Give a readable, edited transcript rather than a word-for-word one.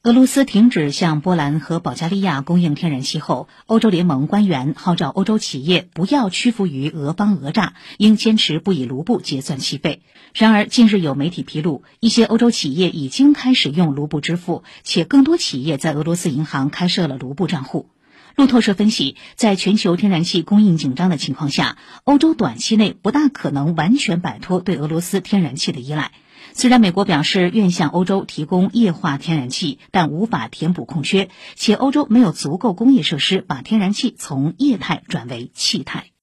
俄罗斯停止向波兰和保加利亚供应天然气后，欧洲联盟官员号召欧洲企业不要屈服于俄方讹诈，应坚持不以卢布结算气费。然而，近日有媒体披露，一些欧洲企业已经开始用卢布支付，且更多企业在俄罗斯银行开设了卢布账户。路透社分析，在全球天然气供应紧张的情况下，欧洲短期内不大可能完全摆脱对俄罗斯天然气的依赖。虽然美国表示愿向欧洲提供液化天然气，但无法填补空缺，且欧洲没有足够工业设施把天然气从液态转为气态。